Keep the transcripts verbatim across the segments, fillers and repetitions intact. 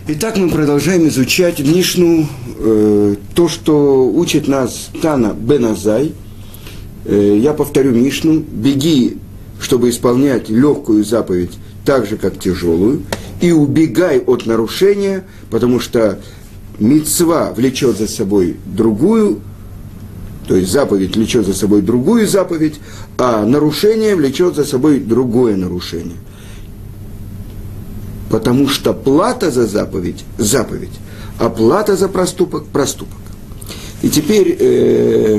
Итак, мы продолжаем изучать Мишну, э, то, что учит нас Тана бен Азай. Э, я повторю Мишну: беги, чтобы исполнять легкую заповедь так же, как тяжелую, и убегай от нарушения, потому что мицва влечет за собой другую, то есть заповедь влечет за собой другую заповедь, а нарушение влечет за собой другое нарушение. Потому что плата за заповедь – заповедь, а плата за проступок – проступок. И теперь э,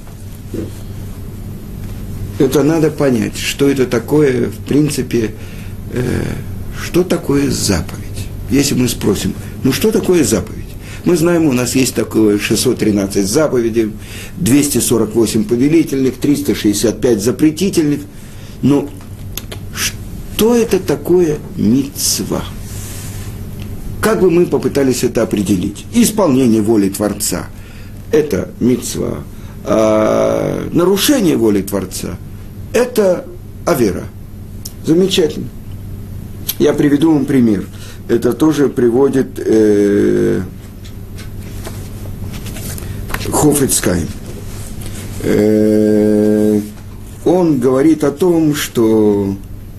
это надо понять, что это такое, в принципе, э, что такое заповедь. Если мы спросим, ну что такое заповедь? Мы знаем, у нас есть такое шестьсот тринадцать заповедей, двести сорок восемь повелительных, триста шестьдесят пять запретительных, но что это такое мицва? Как бы мы попытались это определить? Исполнение воли Творца – это мицва, а нарушение воли Творца – это авера. Замечательно. Я приведу вам пример. Это тоже приводит э, Хофец Хаим. Э, он говорит о том, что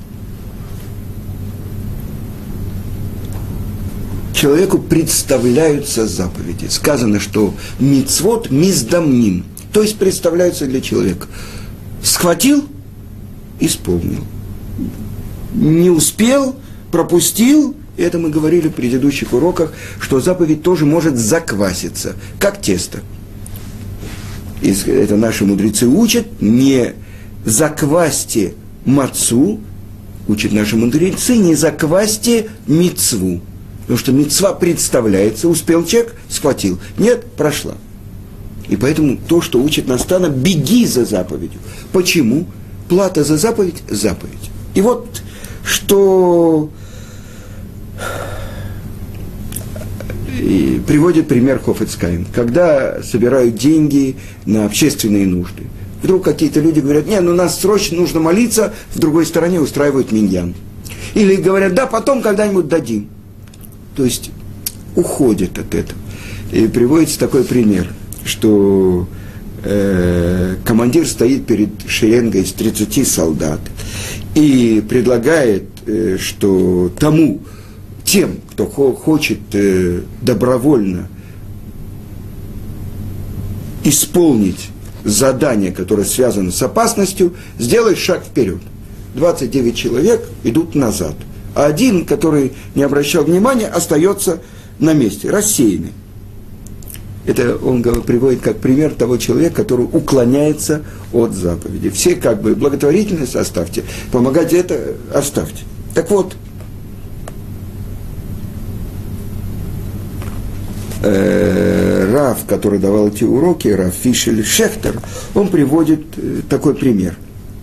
человеку представляются заповеди. Сказано, что мицвот миздамним, то есть представляются для человека. Схватил – исполнил. Не успел – пропустил. Это мы говорили в предыдущих уроках, что заповедь тоже может закваситься, как тесто. И это наши мудрецы учат: не заквасьте мацу, учат наши мудрецы, не заквасьте мицву. Потому что мицва представляется, успел человек, схватил. Нет, прошла. И поэтому то, что учит нас Тана, беги за заповедью. Почему? Плата за заповедь – заповедь. И вот что и приводит пример Хофец Хаим. Когда собирают деньги на общественные нужды, вдруг какие-то люди говорят: нет, ну нас срочно нужно молиться, в другой стороне устраивают миньян. Или говорят: да, потом когда-нибудь дадим. То есть уходят от этого. И приводится такой пример, что э, командир стоит перед шеренгой из тридцати солдат и предлагает, э, что тому, тем, кто хо- хочет э, добровольно исполнить задание, которое связано с опасностью, сделай шаг вперед. двадцать девять человек идут назад. А один, который не обращал внимания, остается на месте, рассеянный. Это он приводит как пример того человека, который уклоняется от заповеди. Все как бы благотворительность оставьте, помогать это оставьте. Так вот, э, Рав, который давал эти уроки, Рав Фишель Шехтер, он приводит э, такой пример.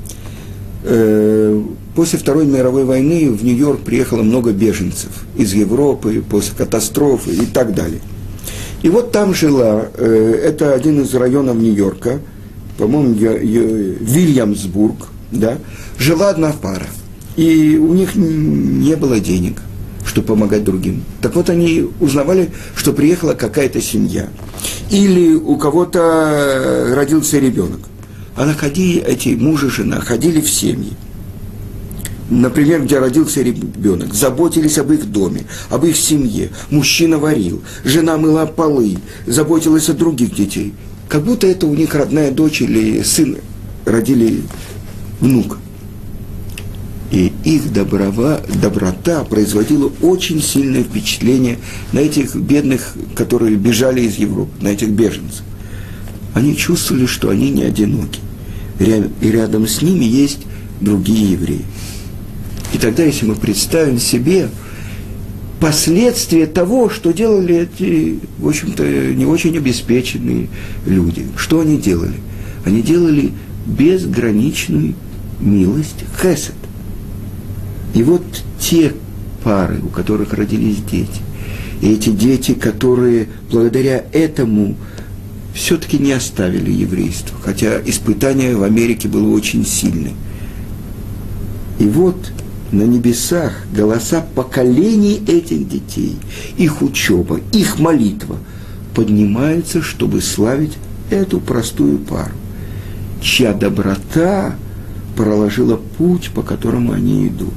Э, После Второй мировой войны в Нью-Йорк приехало много беженцев из Европы, после катастрофы и так далее. И вот там жила, э, это один из районов Нью-Йорка, по-моему, Вильямсбург, да, жила одна пара. И у них не было денег, чтобы помогать другим. Так вот, они узнавали, что приехала какая-то семья. Или у кого-то родился ребенок. А находили, эти муж и жена ходили в семьи. Например, где родился ребенок, заботились об их доме, об их семье. Мужчина варил, жена мыла полы, заботилась о других детей. Как будто это у них родная дочь или сын родили внука. И их доброва, доброта производила очень сильное впечатление на этих бедных, которые бежали из Европы, на этих беженцев. Они чувствовали, что они не одиноки. И рядом с ними есть другие евреи. И тогда, если мы представим себе последствия того, что делали эти, в общем-то, не очень обеспеченные люди, что они делали? Они делали безграничную милость, хесед. И вот те пары, у которых родились дети, и эти дети, которые благодаря этому все-таки не оставили еврейство, хотя испытание в Америке было очень сильное. И вот на небесах голоса поколений этих детей, их учеба, их молитва поднимаются, чтобы славить эту простую пару, чья доброта проложила путь, по которому они идут.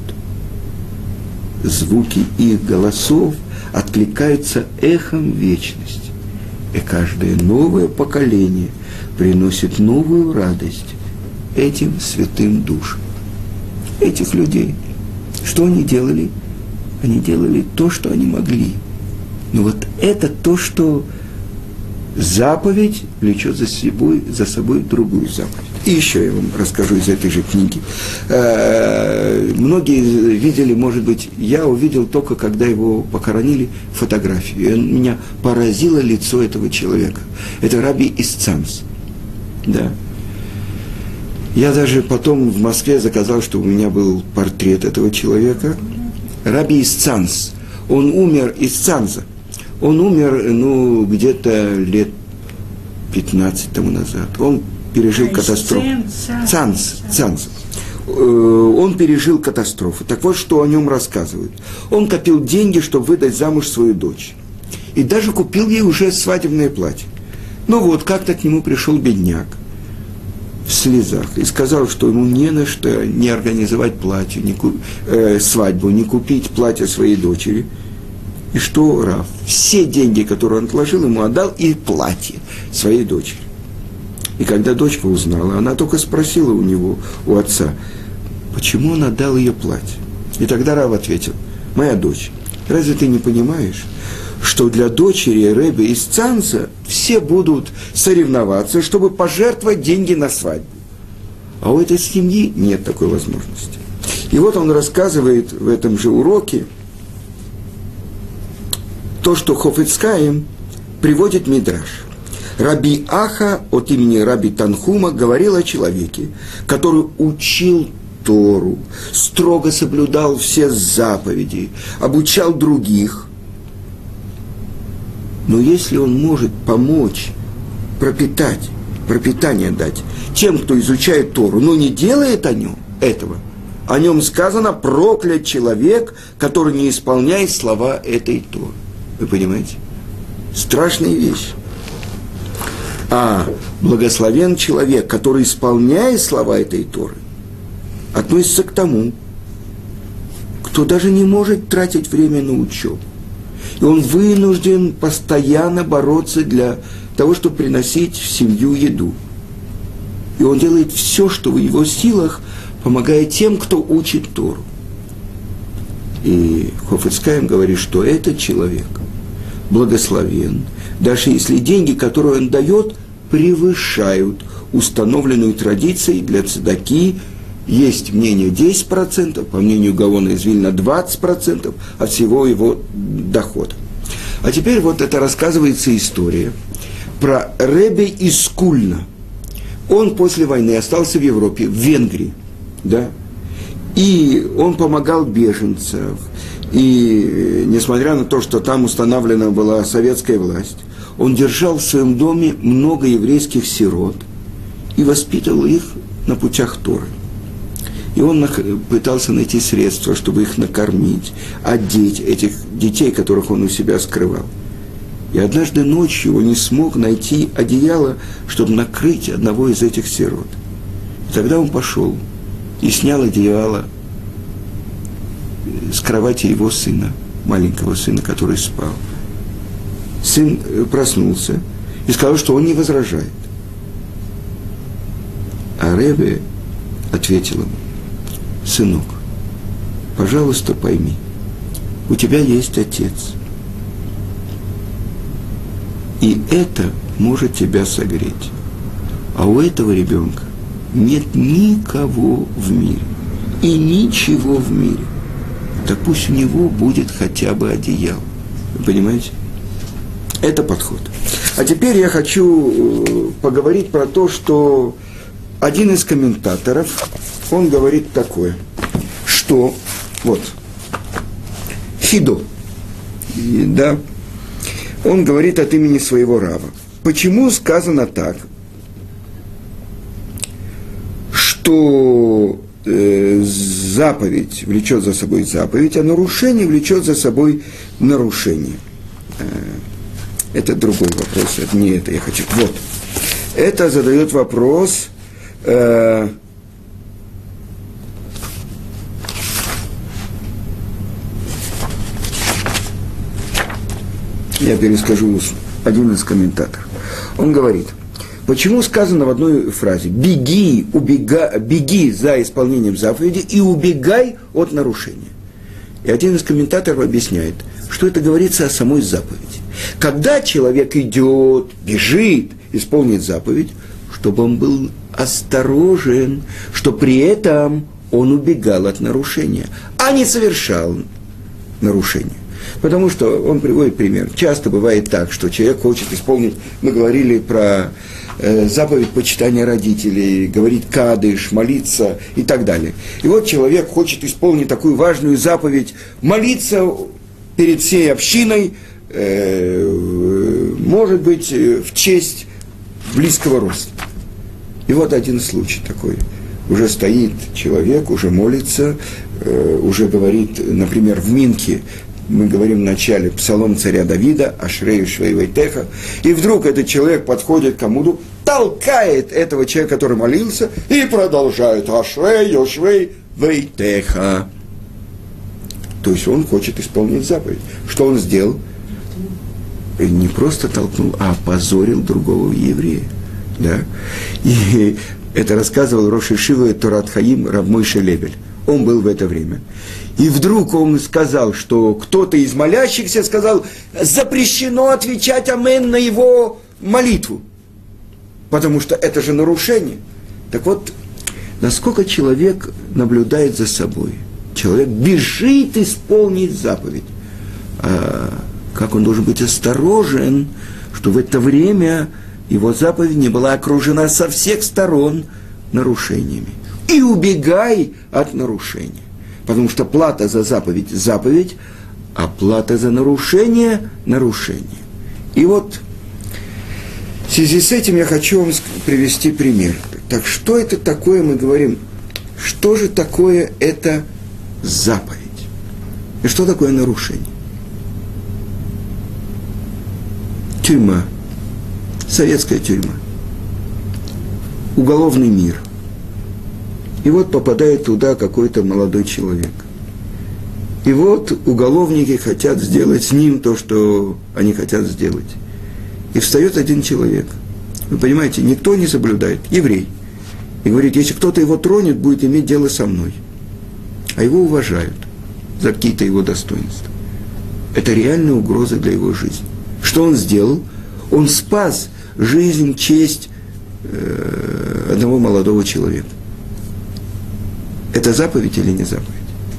Звуки их голосов откликаются эхом вечности, и каждое новое поколение приносит новую радость этим святым душам. Этих людей. Что они делали? Они делали то, что они могли. Но вот это то, что заповедь влечет за собой, за собой другую заповедь. И еще я вам расскажу из этой же книги. Многие видели, может быть, я увидел только, когда его похоронили, фотографию. И меня поразило лицо этого человека. Это раби из Цамс. Да. Я даже потом в Москве заказал, чтобы у меня был портрет этого человека. Раби из Цамс. Он умер из Цамза. Он умер, ну, где-то лет пятнадцать тому назад. Он пережил катастрофу. Цанс, Цанс. Он пережил катастрофу. Так вот, что о нем рассказывают. Он копил деньги, чтобы выдать замуж свою дочь. И даже купил ей уже свадебное платье. Ну вот, как-то к нему пришел бедняк в слезах и сказал, что ему не на что не организовать платье, не ку- э, свадьбу, не купить платье своей дочери. И что Рав? Все деньги, которые он отложил, ему отдал и платье своей дочери. И когда дочка узнала, она только спросила у него, у отца, почему он отдал ее платье. И тогда Рав ответил, моя дочь, разве ты не понимаешь, что для дочери Ребе из Цанса все будут соревноваться, чтобы пожертвовать деньги на свадьбу. А у этой семьи нет такой возможности. И вот он рассказывает в этом же уроке то, что Хофец Хаим приводит Мидраш. Раби Аха от имени Раби Танхума говорил о человеке, который учил Тору, строго соблюдал все заповеди, обучал других. Но если он может помочь пропитать, пропитание дать тем, кто изучает Тору, но не делает о нем этого, о нем сказано проклят человек, который не исполняет слова этой Торы. Вы понимаете? Страшная вещь. А благословен человек, который исполняет слова этой Торы, относится к тому, кто даже не может тратить время на учебу. И он вынужден постоянно бороться для того, чтобы приносить в семью еду. И он делает все, что в его силах, помогая тем, кто учит Тору. И Хофец Хаим говорит, что этот человек благословен, даже если деньги, которые он дает, превышают установленную традицией для цедаки. Есть мнение десять процентов, по мнению Гаона из Вильна двадцать процентов от всего его дохода. А теперь вот это рассказывается история про Ребе из Кульна. Он после войны остался в Европе, в Венгрии, да, и он помогал беженцам. И несмотря на то, что там установлена была советская власть, он держал в своем доме много еврейских сирот и воспитывал их на путях Торы. И он пытался найти средства, чтобы их накормить, одеть этих детей, которых он у себя скрывал. И однажды ночью он не смог найти одеяло, чтобы накрыть одного из этих сирот. И тогда он пошел и снял одеяло с кровати его сына, маленького сына, который спал. Сын проснулся и сказал, что он не возражает. А Ребе ответил ему, сынок, пожалуйста, пойми, у тебя есть отец. И это может тебя согреть. А у этого ребенка нет никого в мире и ничего в мире. Так пусть у него будет хотя бы одеяло. Вы понимаете? Это подход. А теперь я хочу поговорить про то, что один из комментаторов, он говорит такое, что, вот, Хидо, да, он говорит от имени своего рава. Почему сказано так, что э, заповедь влечет за собой заповедь, а нарушение влечет за собой нарушение. Э, это другой вопрос, это не это я хочу. Вот. Это задает вопрос... Э, я перескажу один из комментаторов. Он говорит, почему сказано в одной фразе «беги, убега, беги за исполнением заповеди и убегай от нарушения». И один из комментаторов объясняет, что это говорится о самой заповеди. Когда человек идет, бежит, исполнит заповедь, чтобы он был осторожен, что при этом он убегал от нарушения, а не совершал нарушения. Потому что он приводит пример. Часто бывает так, что человек хочет исполнить, мы говорили про э, заповедь почитания родителей, говорить кадыш, молиться и так далее. И вот человек хочет исполнить такую важную заповедь, молиться перед всей общиной, э, может быть, в честь близкого родственника. И вот один случай такой. Уже стоит человек, уже молится, э, уже говорит, например, в Минке, мы говорим в начале псалом царя Давида, Ашрею Швей Вейтеха, и вдруг этот человек подходит к кому-то, толкает этого человека, который молился, и продолжает Ашрею Швей Вейтеха. То есть он хочет исполнить заповедь. Что он сделал? Не просто толкнул, а опозорил другого еврея. Да? И это рассказывал Рош Ешива Торат Хаим Рав Мойше Лебель. Он был в это время. И вдруг он сказал, что кто-то из молящихся сказал, запрещено отвечать амен на его молитву. Потому что это же нарушение. Так вот, насколько человек наблюдает за собой. Человек бежит исполнить заповедь. А как он должен быть осторожен, что в это время его заповедь не была окружена со всех сторон нарушениями. И убегай от нарушения. Потому что плата за заповедь – заповедь, а плата за нарушение – нарушение. И вот в связи с этим я хочу вам привести пример. Так что это такое, мы говорим, что же такое это заповедь? И что такое нарушение? Тюрьма, советская тюрьма, уголовный мир. И вот попадает туда какой-то молодой человек. И вот уголовники хотят сделать с ним то, что они хотят сделать. И встает один человек. Вы понимаете, никто не соблюдает, еврей. И говорит, если кто-то его тронет, будет иметь дело со мной. А его уважают за какие-то его достоинства. Это реальная угроза для его жизни. Что он сделал? Он спас жизнь, честь э, одного молодого человека. Это заповедь или не заповедь?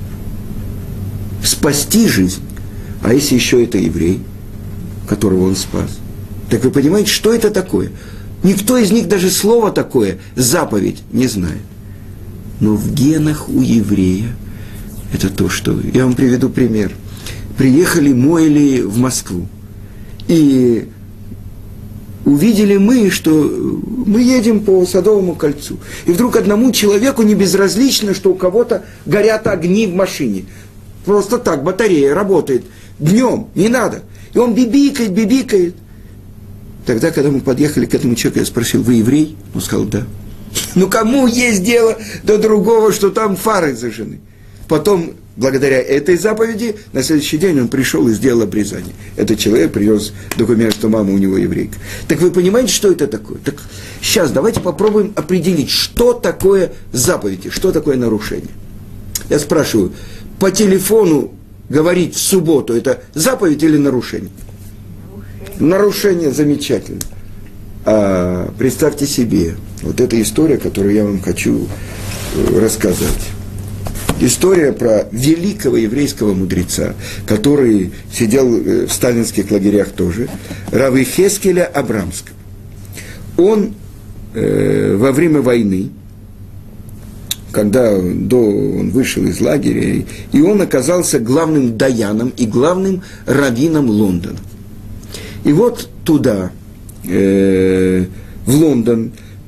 Спасти жизнь. А если еще это еврей, которого он спас? Так вы понимаете, что это такое? Никто из них даже слово такое, заповедь, не знает. Но в генах у еврея это то, что... Я вам приведу пример. Приехали Мойли в Москву. И увидели мы, что мы едем по Садовому кольцу. И вдруг одному человеку не безразлично, что у кого-то горят огни в машине. Просто так батарея работает. Днем, не надо. И он бибикает, бибикает. Тогда, когда мы подъехали к этому человеку, я спросил, вы еврей? Он сказал, да. Ну, кому есть дело до другого, что там фары зажжены? Потом, благодаря этой заповеди, на следующий день он пришел и сделал обрезание. Этот человек привез документ, что мама у него еврейка. Так вы понимаете, что это такое? Так сейчас давайте попробуем определить, что такое заповеди, что такое нарушение. Я спрашиваю, по телефону говорить в субботу, это заповедь или нарушение? Нарушение, замечательно. А представьте себе, вот эта история, которую я вам хочу рассказать. История про великого еврейского мудреца, который сидел в сталинских лагерях тоже, Рав Йехескеля Абрамского. Он э, во время войны, когда до, он вышел из лагеря, и он оказался главным даяном и главным раввином Лондона. И вот туда, э, в Лондон,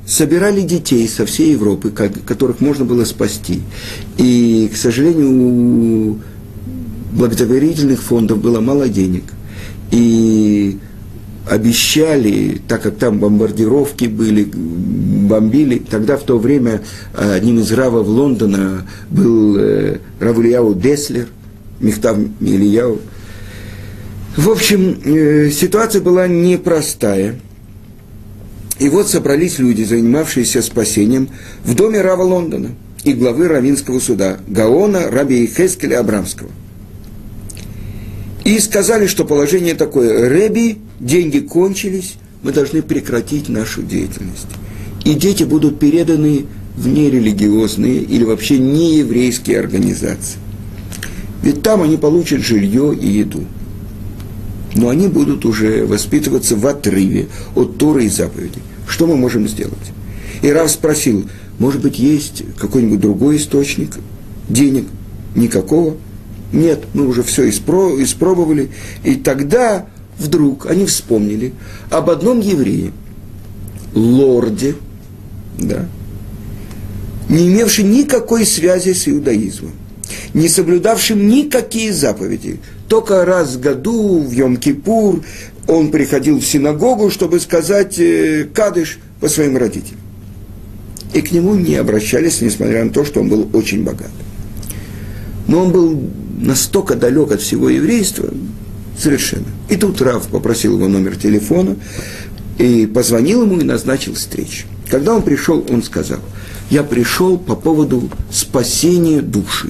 собирали детей со всей Европы, которых можно было спасти. И, к сожалению, у благотворительных фондов было мало денег. И обещали, так как там бомбардировки были, бомбили, тогда в то время одним из равов Лондона был э, Рав Ильяу Деслер, Михтав Ильяу. В общем, э, ситуация была непростая. И вот собрались люди, занимавшиеся спасением, в доме рава Лондона и главы раввинского суда Гаона Раби Йехескеля Абрамского. И сказали, что положение такое: Реби, деньги кончились, мы должны прекратить нашу деятельность. И дети будут переданы в нерелигиозные или вообще нееврейские организации. Ведь там они получат жилье и еду. Но они будут уже воспитываться в отрыве от Торы и заповедей. Что мы можем сделать? И Рав спросил, может быть, есть какой-нибудь другой источник денег? Никакого. Нет, мы уже все испро- испробовали. И тогда вдруг они вспомнили об одном еврее, лорде, да, не имевшем никакой связи с иудаизмом, не соблюдавшим никакие заповеди. Только раз в году, в Йом-Кипур, он приходил в синагогу, чтобы сказать э, кадыш по своим родителям. И к нему не обращались, несмотря на то, что он был очень богат. Но он был настолько далек от всего еврейства, совершенно. И тут Рав попросил его номер телефона, и позвонил ему и назначил встречу. Когда он пришел, он сказал: я пришел по поводу спасения души.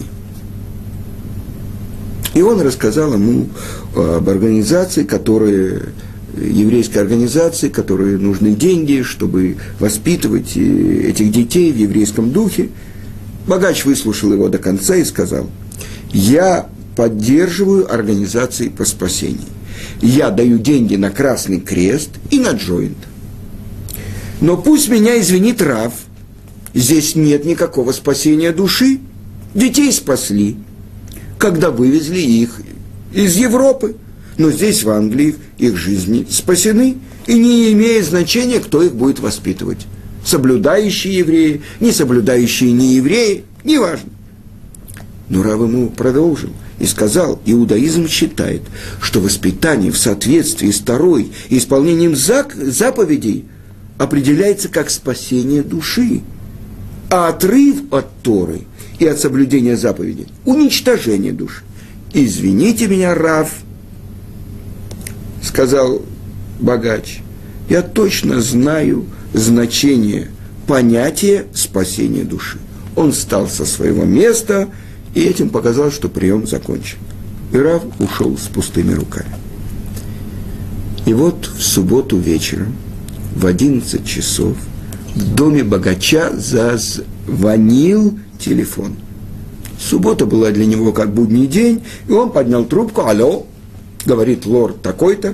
И он рассказал ему об организации, которые, еврейской организации, которой нужны деньги, чтобы воспитывать этих детей в еврейском духе. Богач выслушал его до конца и сказал: я поддерживаю организации по спасению. Я даю деньги на Красный Крест и на Джойнт. Но пусть меня извинит Рав, здесь нет никакого спасения души. Детей спасли, когда вывезли их из Европы. Но здесь, в Англии, их жизни спасены, и не имеет значения, кто их будет воспитывать. Соблюдающие евреи, не соблюдающие неевреи, неважно. Но Рав ему продолжил и сказал: иудаизм считает, что воспитание в соответствии с Торой и исполнением заповедей определяется как спасение души, а отрыв от Торы и от соблюдения заповедей – уничтожение души. «Извините меня, Рав», – сказал богач, – «я точно знаю значение понятия спасения души». Он встал со своего места и этим показал, что прием закончен. И Рав ушел с пустыми руками. И вот в субботу вечером, в одиннадцать часов, в доме богача зазвонил телефон. Суббота была для него как будний день, и он поднял трубку. «Алло», говорит лорд такой-то.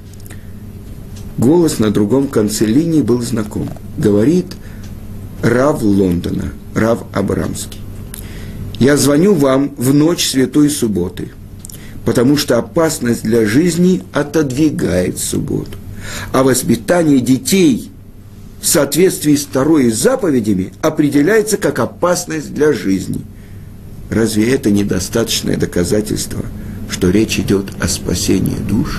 Голос на другом конце линии был знаком. Говорит рав Лондона, рав Абрамский. «Я звоню вам в ночь Святой Субботы, потому что опасность для жизни отодвигает субботу, а воспитание детей в соответствии с Торой и заповедями определяется как опасность для жизни». Разве это недостаточное доказательство, что речь идет о спасении душ?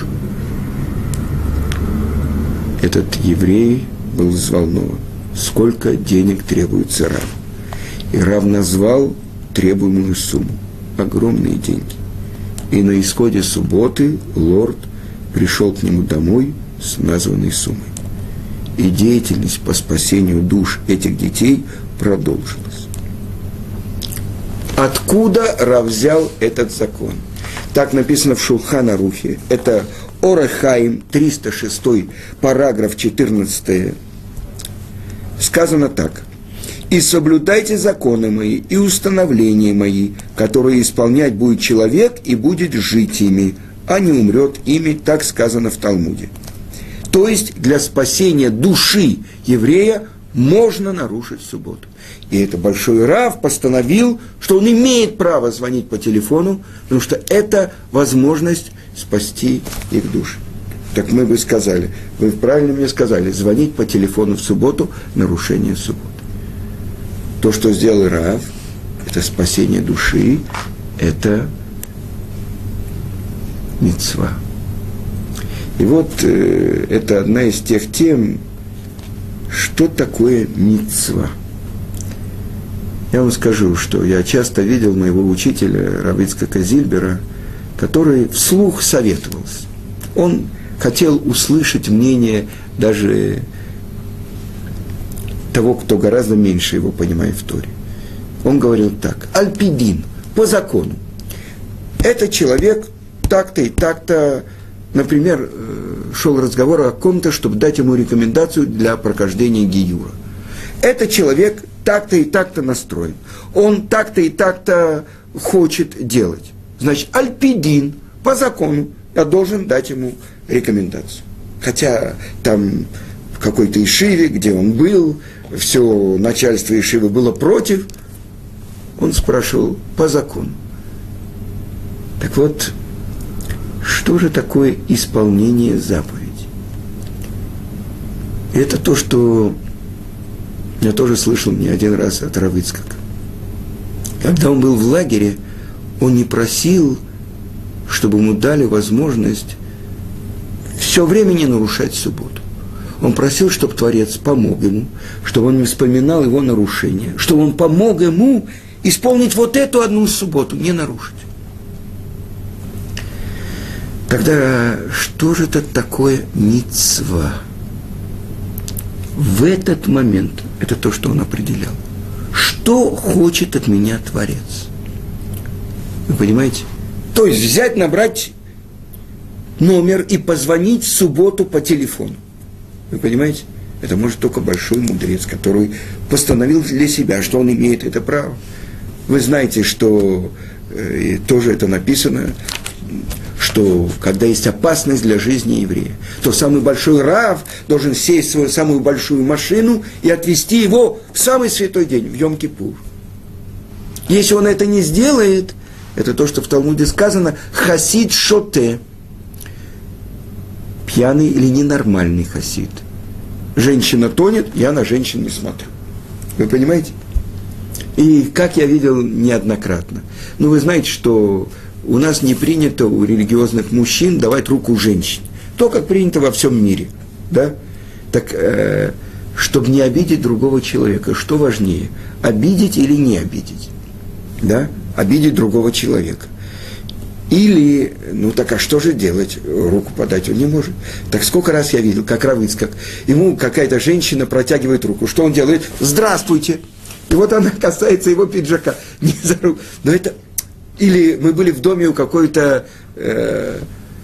Этот еврей был взволнован. Сколько денег требуется Рав? И Рав назвал требуемую сумму. Огромные деньги. И на исходе субботы лорд пришел к нему домой с названной суммой. И деятельность по спасению душ этих детей продолжилась. Откуда Рав взял этот закон? Так написано в Шулхан Арухе. Это Ор ха-Хаим, триста шестой, параграф четырнадцатый. Сказано так. «И соблюдайте законы мои и установления мои, которые исполнять будет человек и будет жить ими, а не умрет ими», так сказано в Талмуде. То есть для спасения души еврея можно нарушить субботу. И это большой рав постановил, что он имеет право звонить по телефону, потому что это возможность спасти их души. Так мы бы сказали, вы правильно мне сказали, звонить по телефону в субботу – нарушение субботы. То, что сделал Рав, это спасение души, это мицва. И вот э, это одна из тех тем, что такое мицва. Я вам скажу, что я часто видел моего учителя Рава Ицхака Зильбера, который вслух советовался. Он хотел услышать мнение даже того, кто гораздо меньше его понимает в Торе. Он говорил так: альпидин, по закону. Этот человек так-то и так-то, например, шел разговор о ком-то, чтобы дать ему рекомендацию для прохождения гиюра. Этот человек так-то и так-то настроен. Он так-то и так-то хочет делать. Значит, альпидин, по закону, я должен дать ему рекомендацию. Хотя там в какой-то ишиве, где он был, все начальство ишивы было против, он спрашивал по закону. Так вот, что же такое исполнение заповедей? И это то, что я тоже слышал не один раз от Рава Ицхака. Когда он был в лагере, он не просил, чтобы ему дали возможность все время не нарушать субботу. Он просил, чтобы Творец помог ему, чтобы он не вспоминал его нарушения, чтобы он помог ему исполнить вот эту одну субботу, не нарушить. Тогда что же это такое мицва? В этот момент, это то, что он определял. Что хочет от меня Творец? Вы понимаете? То есть взять, набрать номер и позвонить в субботу по телефону. Вы понимаете? Это может только большой мудрец, который постановил для себя, что он имеет это право. Вы знаете, что э, тоже это написано, что когда есть опасность для жизни еврея, то самый большой рав должен сесть в свою самую большую машину и отвезти его в самый святой день, в Йом-Кипур. Если он это не сделает, это то, что в Талмуде сказано, хасид шоте, пьяный или ненормальный хасид. Женщина тонет, я на женщин не смотрю. Вы понимаете? И как я видел неоднократно. Ну, вы знаете, что у нас не принято у религиозных мужчин давать руку женщине. То, как принято во всем мире. Да? Так, э, чтобы не обидеть другого человека, что важнее? Обидеть или не обидеть? Да? Обидеть другого человека. Или, ну так а что же делать? Руку подать он не может. Так сколько раз я видел, как Рав Ицхак, ему какая-то женщина протягивает руку. Что он делает? Здравствуйте! И вот она касается его пиджака. Не за руку. Но это... Или мы были в доме у какой-то э,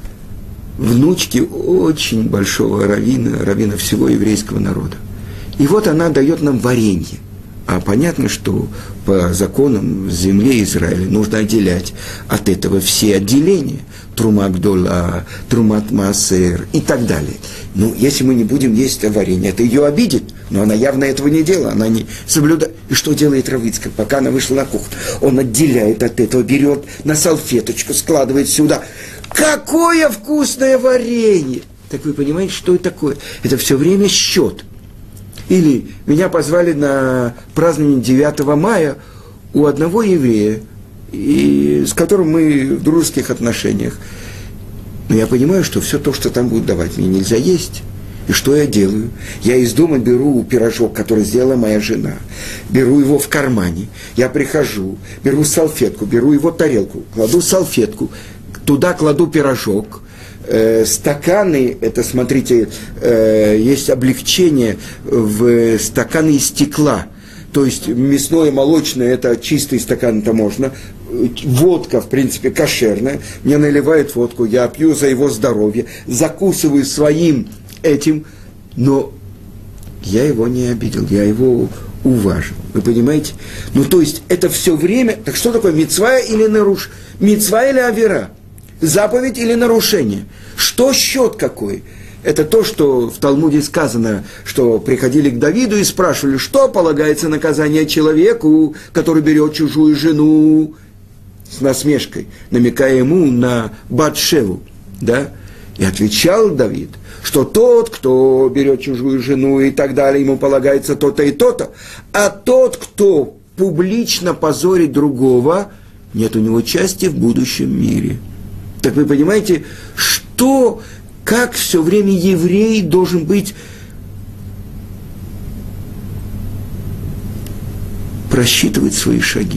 внучки очень большого раввина, раввина всего еврейского народа. И вот она дает нам варенье. А понятно, что по законам в земле Израиля нужно отделять от этого все отделения. Трумат гдола, трумат маасер и так далее. Ну, если мы не будем есть это варенье, это ее обидит. Но она явно этого не делала, она не соблюдает. И что делает Рав Ицхак? Пока она вышла на кухню, он отделяет от этого, берет на салфеточку, складывает сюда. Какое вкусное варенье! Так вы понимаете, что это такое? Это все время счет. Или меня позвали на празднование девятого мая у одного еврея, и, с которым мы в дружеских отношениях. Но я понимаю, что все то, что там будут давать, мне нельзя есть. И что я делаю? Я из дома беру пирожок, который сделала моя жена, беру его в кармане, я прихожу, беру салфетку, беру его тарелку, кладу салфетку, туда кладу пирожок, э, стаканы, это, смотрите, э, есть облегчение в стаканы из стекла, то есть мясное, молочное, это чистый стакан, это можно. Водка, в принципе, кошерная. Мне наливают водку, я пью за его здоровье, закусываю своим этим, но я его не обидел, я его уважил. Вы понимаете? Ну, то есть, это все время... Так что такое мицва или наруш... Мицва или авера? Заповедь или нарушение? Что счет какой? Это то, что в Талмуде сказано, что приходили к Давиду и спрашивали, что полагается наказание человеку, который берет чужую жену, с насмешкой, намекая ему на Батшеву, да? И отвечал Давид, что тот, кто берет чужую жену и так далее, ему полагается то-то и то-то, а тот, кто публично позорит другого, нет у него части в будущем мире. Так вы понимаете, что, как все время еврей должен быть просчитывать свои шаги.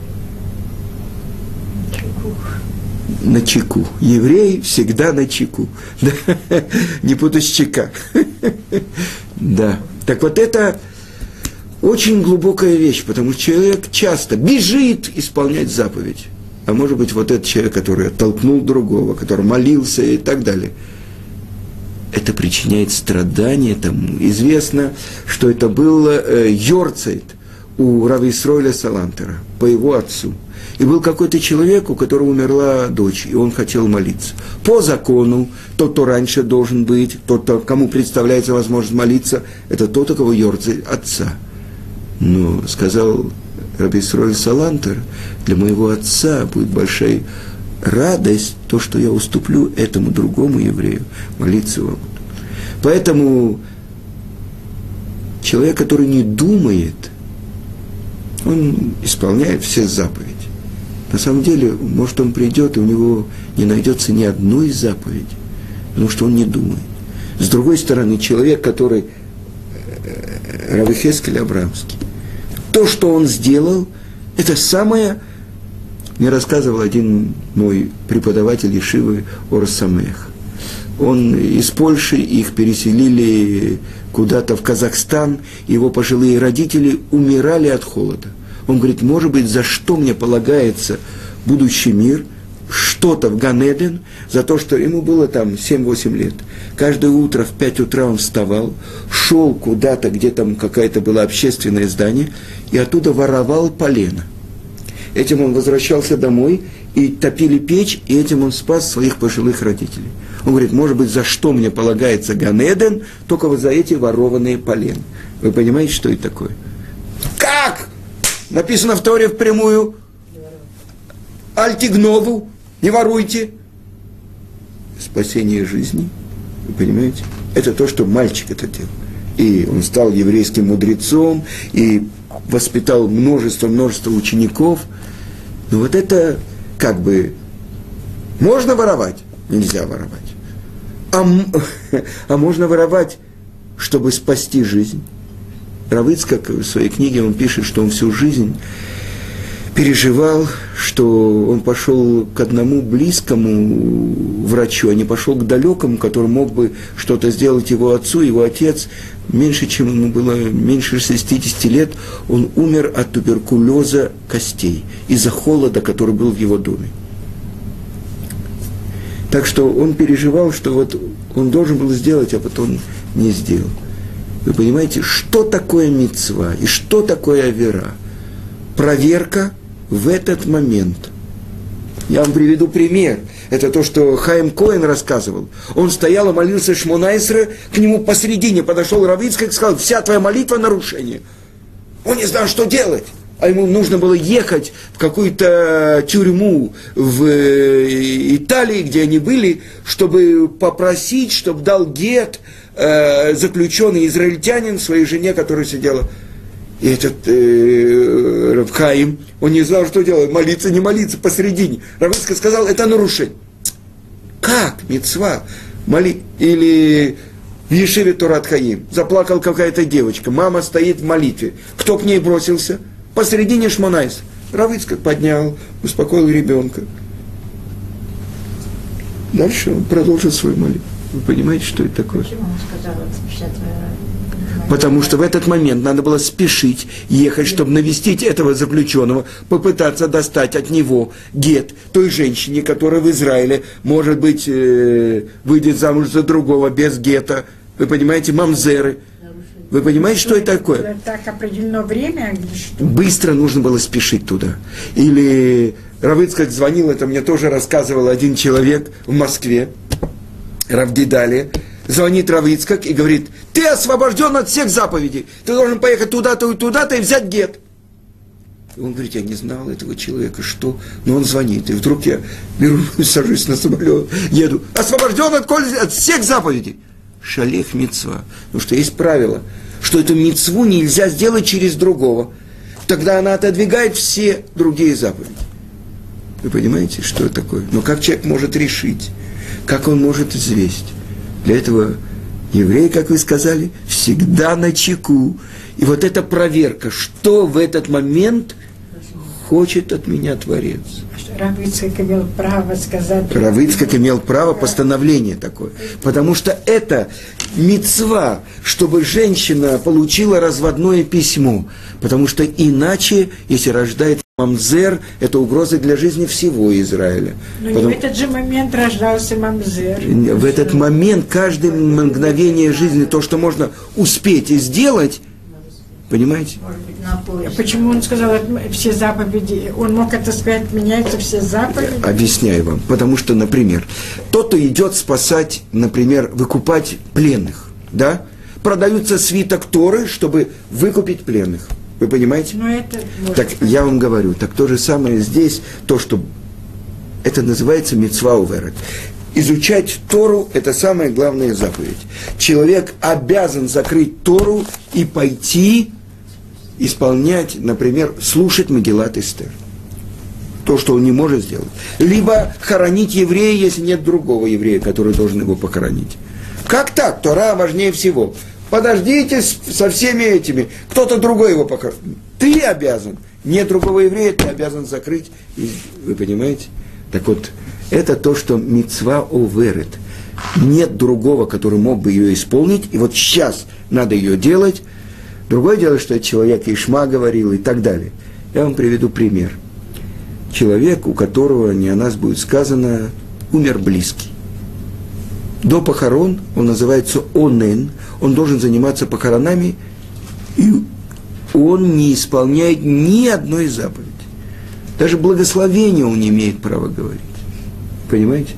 На чеку. Еврей всегда на чеку. Не путать с чека. Да. Так вот это очень глубокая вещь, потому что человек часто бежит исполнять заповедь. А может быть, вот этот человек, который оттолкнул другого, который молился и так далее. Это причиняет страдания тому. Известно, что это был э, Йорцейт у Рав Исроэля Салантера, по его отцу. И был какой-то человек, у которого умерла дочь, и он хотел молиться. По закону, тот, кто раньше должен быть, тот, кто, кому представляется возможность молиться, это тот, у кого Йорцейт отца. Но сказал Рав Исроэль Салантер, для моего отца будет большая радость, то, что я уступлю этому другому еврею, молиться его. Поэтому человек, который не думает, он исполняет все заповеди. На самом деле, может, он придет, и у него не найдется ни одной заповеди, потому что он не думает. С другой стороны, человек, который Рав Йехескель Абрамский, то, что он сделал, это самое, мне рассказывал один мой преподаватель Ешивы Ор Самех. Он из Польши, их переселили куда-то в Казахстан, его пожилые родители умирали от холода. Он говорит, может быть, за что мне полагается будущий мир, что-то в Ганеден, за то, что ему было там семь-восемь лет. Каждое утро в пять утра он вставал, шел куда-то, где там какое-то было общественное здание, и оттуда воровал полено. Этим он возвращался домой, и топили печь, и этим он спас своих пожилых родителей. Он говорит, может быть, за что мне полагается Ганеден, только вот за эти ворованные полена. Вы понимаете, что это такое? Как? Написано в Торе впрямую. Альтигнову, не воруйте. Спасение жизни, вы понимаете? Это то, что мальчик это делал. И он стал еврейским мудрецом, и воспитал множество-множество учеников. Но вот это, как бы, можно воровать? Нельзя воровать. А, а можно воровать, чтобы спасти жизнь. Рав Ицхак в своей книге он пишет, что он всю жизнь переживал, что он пошел к одному близкому врачу, а не пошел к далекому, который мог бы что-то сделать его отцу. Его отец, меньше чем ему было, меньше шестидесяти лет, он умер от туберкулеза костей из-за холода, который был в его доме. Так что он переживал, что вот он должен был сделать, а потом не сделал. Вы понимаете, что такое мицва и что такое авера? Проверка в этот момент. Я вам приведу пример. Это то, что Хаим Коэн рассказывал. Он стоял и молился Шмона Эсре, к нему посредине подошел Рав Ицхак и сказал, вся твоя молитва нарушение. Он не знал, что делать. А ему нужно было ехать в какую-то тюрьму в Италии, где они были, чтобы попросить, чтобы дал гет э, заключенный израильтянин своей жене, которая сидела. И этот э, Рав Хаим, он не знал, что делать, молиться, не молиться, посередине. Рав Ицхак сказал, это нарушение. Как? Мицва? Моли... Или в Ешиве Торат Хаим заплакала какая-то девочка, мама стоит в молитве. Кто к ней бросился? Посередине Шмона Эсре. Рав Ицхак поднял, успокоил ребенка. Дальше он продолжил свою молитву. Вы понимаете, что это такое? Почему он сказал, вся твоя... Потому что в этот момент надо было спешить, ехать, чтобы навестить этого заключенного, попытаться достать от него гет той женщине, которая в Израиле, может быть, э, выйдет замуж за другого без гета. Вы понимаете, мамзеры. Вы понимаете, что это такое? Так определено время или что? Быстро нужно было спешить туда. Или Рав Ицхак звонил, это мне тоже рассказывал один человек в Москве, Рав Дидали. Звонит Рав Ицхак и говорит, ты освобожден от всех заповедей. Ты должен поехать туда-то и туда-то и взять гет. И он говорит, я не знал этого человека, что? Но он звонит, и вдруг я беру, сажусь на самолет, еду, освобожден от, от всех заповедей. Шалех мицва. Потому что есть правило, что эту мицву нельзя сделать через другого. Тогда она отодвигает все другие заповеди. Вы понимаете, что это такое? Но как человек может решить? Как он может взвесить? Для этого еврей, как вы сказали, всегда начеку. И вот эта проверка, что в этот момент хочет от меня Творец. Рав Ицхак имел право сказать. Рав Ицхак имел право, постановление такое. Потому что это мицва, чтобы женщина получила разводное письмо. Потому что иначе, если рождается мамзер, это угроза для жизни всего Израиля. Но Потому... не в этот же момент рождался мамзер. В этот момент, каждое мгновение жизни, то, что можно успеть и сделать, понимаете? Почему он сказал все заповеди? Он мог это сказать, меняются все заповеди? Объясняю вам. Потому что, например, тот, кто идет спасать, например, выкупать пленных, да, продаются свиток Торы, чтобы выкупить пленных. Вы понимаете? Но это так быть. Я вам говорю, так то же самое здесь, то, что это называется мицва уверет. Изучать Тору – это самая главная заповедь. Человек обязан закрыть Тору и пойти исполнять, например, слушать Мегилат Эстер. То, что он не может сделать. Либо хоронить еврея, если нет другого еврея, который должен его похоронить. Как так? Тора важнее всего. Подождите со всеми этими. Кто-то другой его похоронит. Ты обязан. Нет другого еврея, ты обязан закрыть. И, вы понимаете? Так вот, это то, что мицва оверет. Нет другого, который мог бы ее исполнить. И вот сейчас надо ее делать. Другое дело, что человек Ишма говорил и так далее. Я вам приведу пример. Человек, у которого, не о нас будет сказано, умер близкий. До похорон он называется онен, он должен заниматься похоронами, и он не исполняет ни одной заповеди. Даже благословения он не имеет права говорить. Понимаете?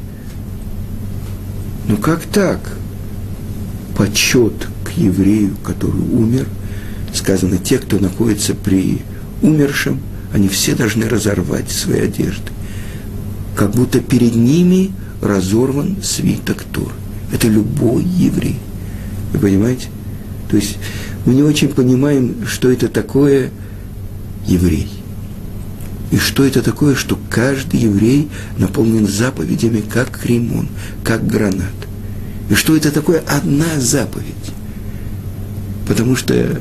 Ну как так? Почет к еврею, который умер, сказано, те, кто находится при умершем, они все должны разорвать свои одежды. Как будто перед ними разорван свиток Торы. Это любой еврей. Вы понимаете? То есть мы не очень понимаем, что это такое еврей. И что это такое, что каждый еврей наполнен заповедями, как римон, как гранат. И что это такое одна заповедь. Потому что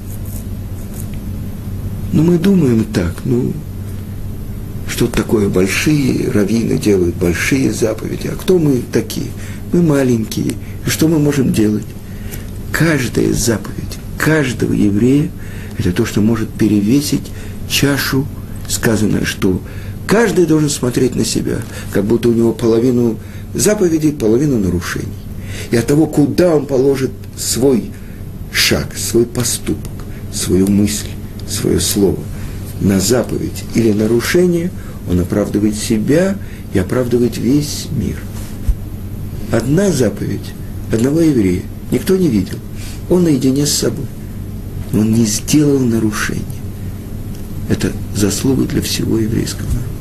ну, мы думаем так, ну, что такое большие раввины делают, большие заповеди. А кто мы такие? Мы маленькие. И что мы можем делать? Каждая заповедь каждого еврея – это то, что может перевесить чашу. Сказано, что каждый должен смотреть на себя, как будто у него половину заповедей, половину нарушений. И от того, куда он положит свой шаг, свой поступок, свою мысль, свое слово на заповедь или нарушение, он оправдывает себя и оправдывает весь мир. Одна заповедь одного еврея никто не видел. Он наедине с собой. Он не сделал нарушения. Это заслуга для всего еврейского народа.